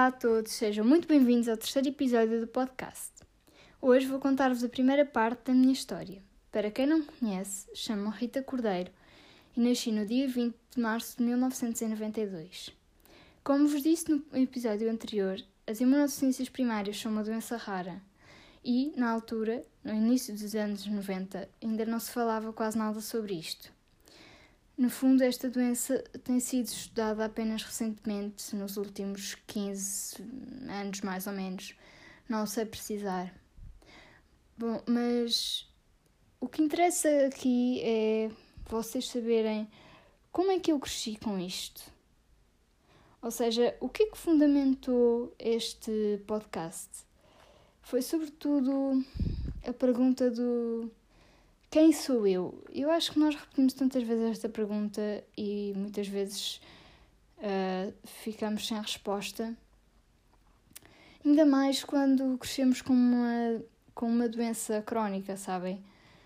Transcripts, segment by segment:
a todos, sejam muito bem-vindos ao terceiro episódio do podcast. Hoje vou contar-vos a primeira parte da minha história. Para quem não me conhece, chamo-me Rita Cordeiro e nasci no dia 20 de março de 1992. Como vos disse no episódio anterior, as imunodeficiências primárias são uma doença rara e, na altura, no início dos anos 90, ainda não se falava quase nada sobre isto. No fundo, esta doença tem sido estudada apenas recentemente, nos últimos 15 anos mais ou menos, não sei precisar. Bom, mas o que interessa aqui é vocês saberem como é que eu cresci com isto. Ou seja, o que é que fundamentou este podcast? Foi sobretudo a pergunta do quem sou eu? Eu acho que nós repetimos tantas vezes esta pergunta e muitas vezes ficamos sem resposta. Ainda mais quando crescemos com uma doença crónica, sabem?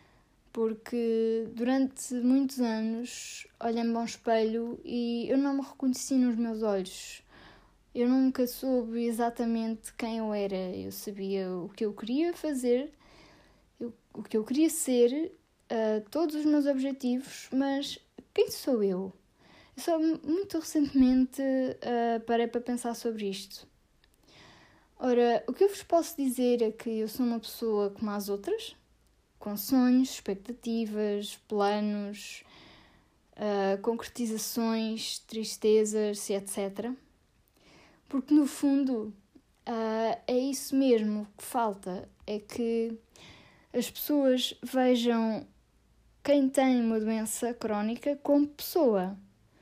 Porque durante muitos anos olhei-me ao espelho e eu não me reconheci nos meus olhos. Eu nunca soube exatamente quem eu era. Eu sabia o que eu queria fazer, o que eu queria ser, todos os meus objetivos, mas quem sou eu? Eu só muito recentemente parei para pensar sobre isto. Ora, o que eu vos posso dizer é que eu sou uma pessoa como as outras, com sonhos, expectativas, planos, concretizações, tristezas, etc. Porque no fundo é isso mesmo que falta, é que as pessoas vejam quem tem uma doença crónica como pessoa.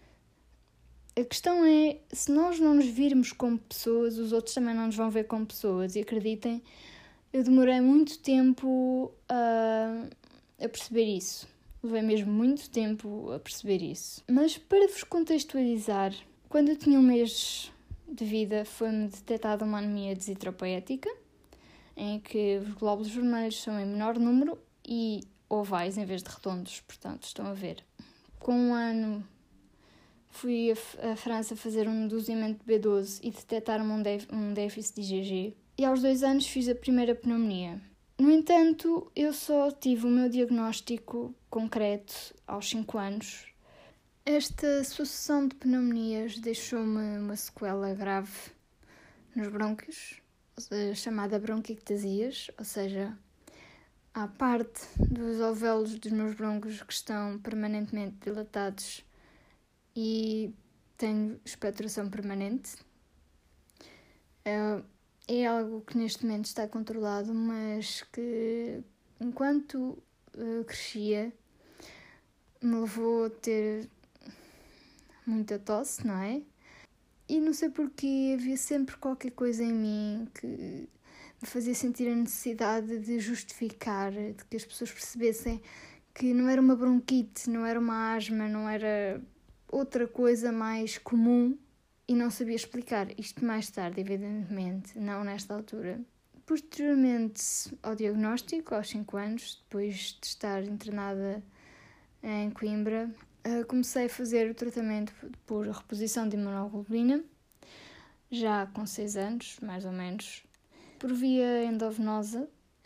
A questão é, se nós não nos virmos como pessoas, os outros também não nos vão ver como pessoas. E acreditem, eu demorei muito tempo a perceber isso. Levei mesmo muito tempo a perceber isso. Mas para vos contextualizar, quando eu tinha 1 mês de vida, foi-me detectada uma anemia desitropoética, em que os glóbulos vermelhos são em menor número e ovais em vez de redondos, portanto, estão a ver. Com 1 ano fui à França fazer um induzimento de B12 e detectaram-me um déficit de IgG. E aos 2 anos fiz a primeira pneumonia. No entanto, eu só tive o meu diagnóstico concreto aos 5 anos. Esta sucessão de pneumonias deixou-me uma sequela grave nos brônquios, chamada bronquiectasias, ou seja, há parte dos alvéolos dos meus brônquios que estão permanentemente dilatados e tenho expectoração permanente. É algo que neste momento está controlado, mas que enquanto crescia me levou a ter muita tosse, não é? E não sei porquê, havia sempre qualquer coisa em mim que me fazia sentir a necessidade de justificar, de que as pessoas percebessem que não era uma bronquite, não era uma asma, não era outra coisa mais comum e não sabia explicar. Isto mais tarde, evidentemente, não nesta altura. Posteriormente ao diagnóstico, aos 5 anos, depois de estar internada em Coimbra, comecei a fazer o tratamento por reposição de imunoglobulina, já com 6 anos, mais ou menos, por via endovenosa.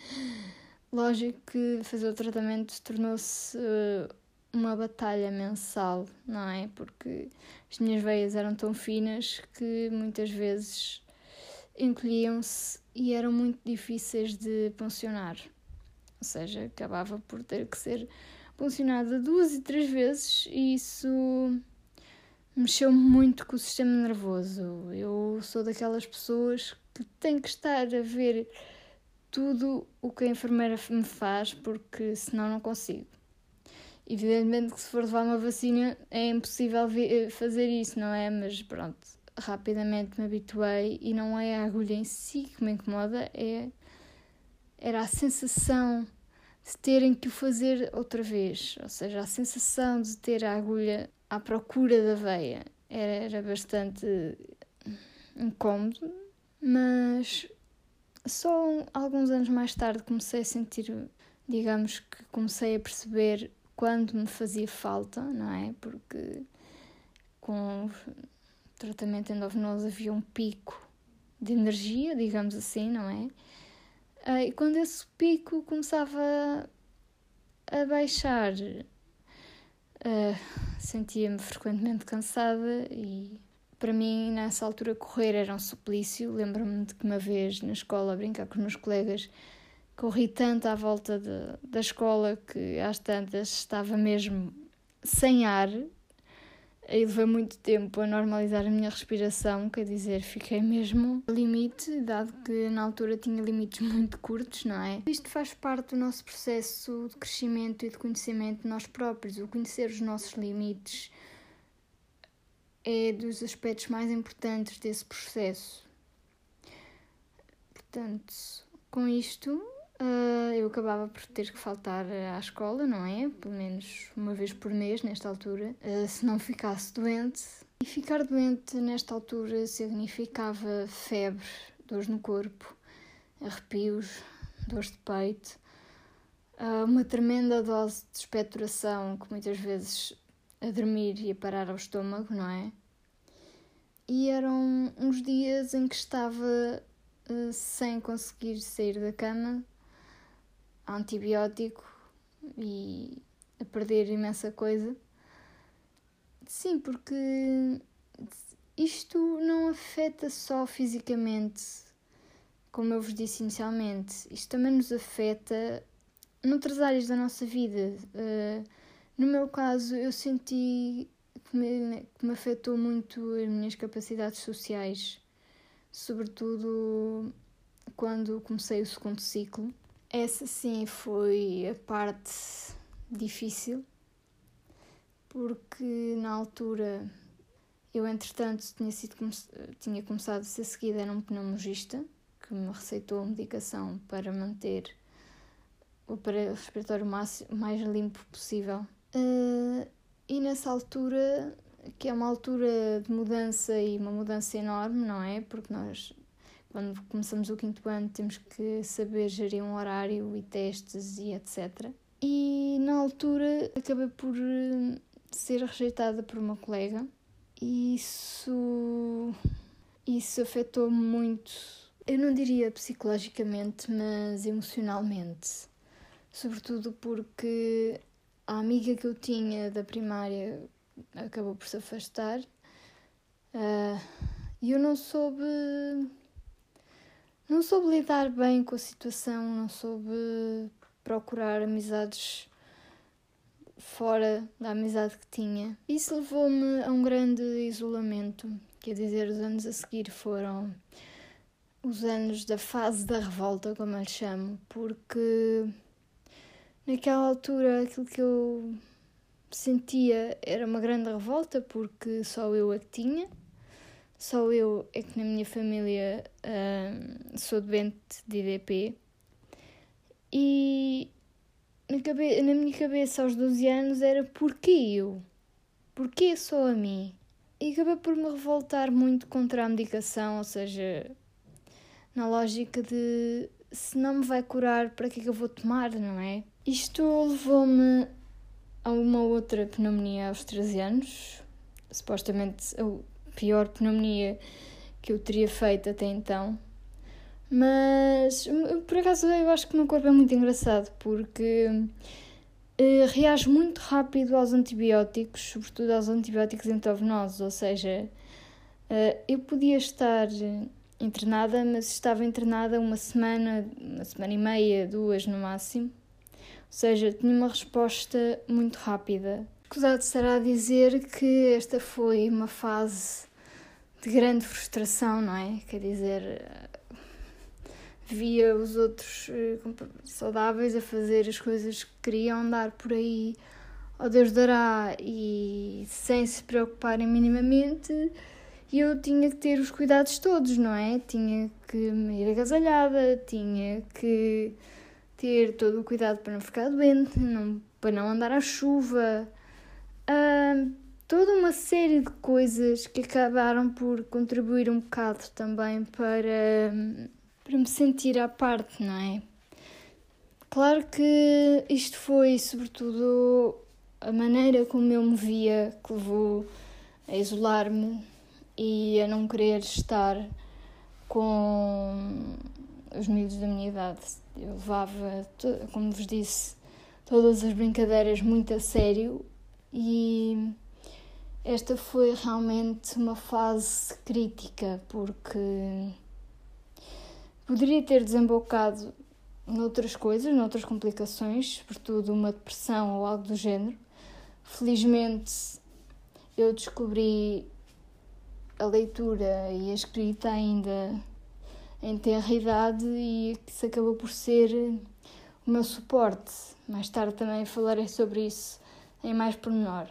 Lógico que fazer o tratamento tornou-se uma batalha mensal, não é? Porque as minhas veias eram tão finas que muitas vezes encolhiam-se e eram muito difíceis de puncionar. Ou seja, acabava por ter que ser puncionada 2 e 3 vezes e isso mexeu-me muito com o sistema nervoso. Eu sou daquelas pessoas que têm que estar a ver tudo o que a enfermeira me faz, porque senão não consigo. Evidentemente que se for levar uma vacina é impossível fazer isso, não é? Mas pronto, rapidamente me habituei e não é a agulha em si que me incomoda, era a sensação de terem que o fazer outra vez, ou seja, a sensação de ter a agulha à procura da veia. Era bastante incómodo, mas só alguns anos mais tarde comecei a sentir, digamos que comecei a perceber quando me fazia falta, não é? Porque com o tratamento endovenoso havia um pico de energia, digamos assim, não é? E quando esse pico começava a baixar, sentia-me frequentemente cansada e para mim nessa altura correr era um suplício. Lembro-me de que uma vez na escola a brincar com os meus colegas corri tanto à volta da escola que às tantas estava mesmo sem ar. Aí levei muito tempo a normalizar a minha respiração, quer dizer, fiquei mesmo ao limite, dado que na altura tinha limites muito curtos, não é? Isto faz parte do nosso processo de crescimento e de conhecimento de nós próprios. O conhecer os nossos limites é dos aspectos mais importantes desse processo. Portanto, com isto, eu acabava por ter que faltar à escola, não é? Pelo menos uma vez por mês, nesta altura, se não ficasse doente. E ficar doente nesta altura significava febre, dores no corpo, arrepios, dores de peito, uma tremenda dose de expectoração que muitas vezes a dormir e a parar ao estômago, não é? E eram uns dias em que estava sem conseguir sair da cama, antibiótico e a perder imensa coisa. Sim, porque isto não afeta só fisicamente, como eu vos disse inicialmente. Isto também nos afeta noutras áreas da nossa vida. No meu caso, eu senti que me afetou muito as minhas capacidades sociais, sobretudo quando comecei o segundo ciclo. Essa sim foi a parte difícil, porque na altura eu entretanto tinha começado a ser seguida a um pneumologista que me receitou medicação para manter o aparelho respiratório mais limpo possível. E nessa altura, que é uma altura de mudança e uma mudança enorme, não é? Porque nós, quando começamos o 5º ano, temos que saber gerir um horário e testes e etc. E na altura acabei por ser rejeitada por uma colega e isso afetou-me muito. Eu não diria psicologicamente, mas emocionalmente. Sobretudo porque a amiga que eu tinha da primária acabou por se afastar e eu não soube lidar bem com a situação, não soube procurar amizades fora da amizade que tinha. Isso levou-me a um grande isolamento, quer dizer, os anos a seguir foram os anos da fase da revolta, como eu lhe chamo, porque naquela altura aquilo que eu sentia era uma grande revolta, porque só eu a que tinha, só eu é que na minha família sou doente de IDP e na minha cabeça aos 12 anos era porquê eu? Porquê só a mim? E acabei por me revoltar muito contra a medicação, ou seja, na lógica de se não me vai curar, para que é que eu vou tomar, não é? Isto levou-me a uma outra pneumonia aos 13 anos, supostamente a pior pneumonia que eu teria feito até então. Mas, por acaso, eu acho que o meu corpo é muito engraçado, porque reage muito rápido aos antibióticos, sobretudo aos antibióticos endovenosos, ou seja, eu podia estar internada, mas estava internada uma semana e meia, 2 no máximo. Ou seja, tinha uma resposta muito rápida. Escusado será dizer que esta foi uma fase de grande frustração, não é? Quer dizer, via os outros saudáveis a fazer as coisas que queriam, andar por aí ao Deus dará e sem se preocuparem minimamente, e eu tinha que ter os cuidados todos, não é? Tinha que me ir agasalhada, tinha que ter todo o cuidado para não ficar doente, para não andar à chuva, toda uma série de coisas que acabaram por contribuir um bocado também para me sentir à parte, não é? Claro que isto foi, sobretudo, a maneira como eu me via que levou a isolar-me e a não querer estar com os miúdos da minha idade. Eu levava, como vos disse, todas as brincadeiras muito a sério e esta foi realmente uma fase crítica, porque poderia ter desembocado noutras coisas, noutras complicações, sobretudo uma depressão ou algo do género. Felizmente eu descobri a leitura e a escrita ainda em tenra idade e isso acabou por ser o meu suporte. Mais tarde também falarei sobre isso em mais pormenor.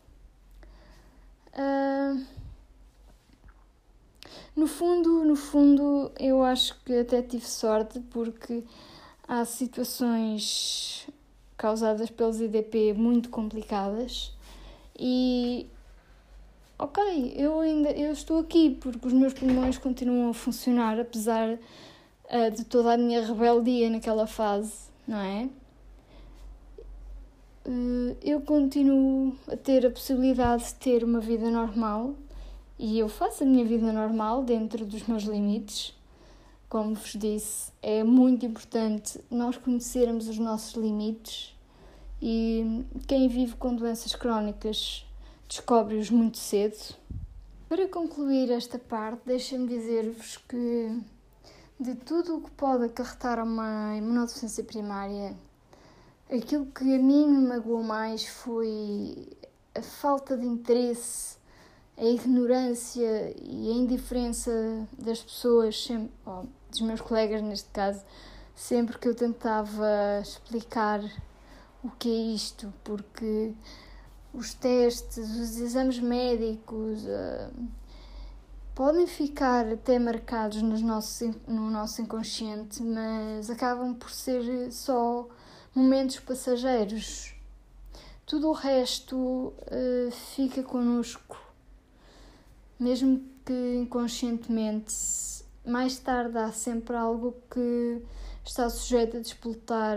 No fundo, eu acho que até tive sorte, porque há situações causadas pelos IDP muito complicadas e eu estou aqui porque os meus pulmões continuam a funcionar, apesar de toda a minha rebeldia naquela fase, não é? Eu continuo a ter a possibilidade de ter uma vida normal e eu faço a minha vida normal dentro dos meus limites. Como vos disse, é muito importante nós conhecermos os nossos limites e quem vive com doenças crónicas descobre-os muito cedo. Para concluir esta parte, deixem-me dizer-vos que de tudo o que pode acarretar uma imunodeficiência primária, aquilo que a mim me magoou mais foi a falta de interesse, a ignorância e a indiferença das pessoas, dos meus colegas neste caso, sempre que eu tentava explicar o que é isto, porque os testes, os exames médicos podem ficar até marcados no nosso inconsciente, mas acabam por ser só momentos passageiros. Tudo o resto fica connosco, mesmo que inconscientemente. Mais tarde há sempre algo que está sujeito a despoletar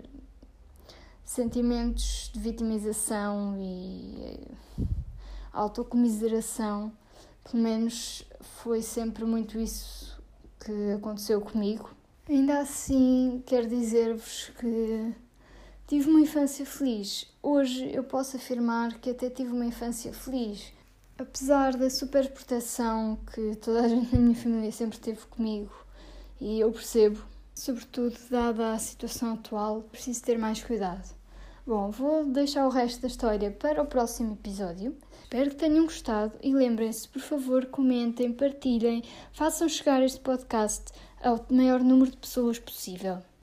sentimentos de vitimização e autocomiseração. Pelo menos foi sempre muito isso que aconteceu comigo. Ainda assim, quero dizer-vos que tive uma infância feliz. Hoje eu posso afirmar que até tive uma infância feliz. Apesar da super proteção que toda a gente na minha família sempre teve comigo, e eu percebo, sobretudo dada a situação atual, preciso ter mais cuidado. Bom, vou deixar o resto da história para o próximo episódio. Espero que tenham gostado e lembrem-se, por favor, comentem, partilhem, façam chegar este podcast ao maior número de pessoas possível.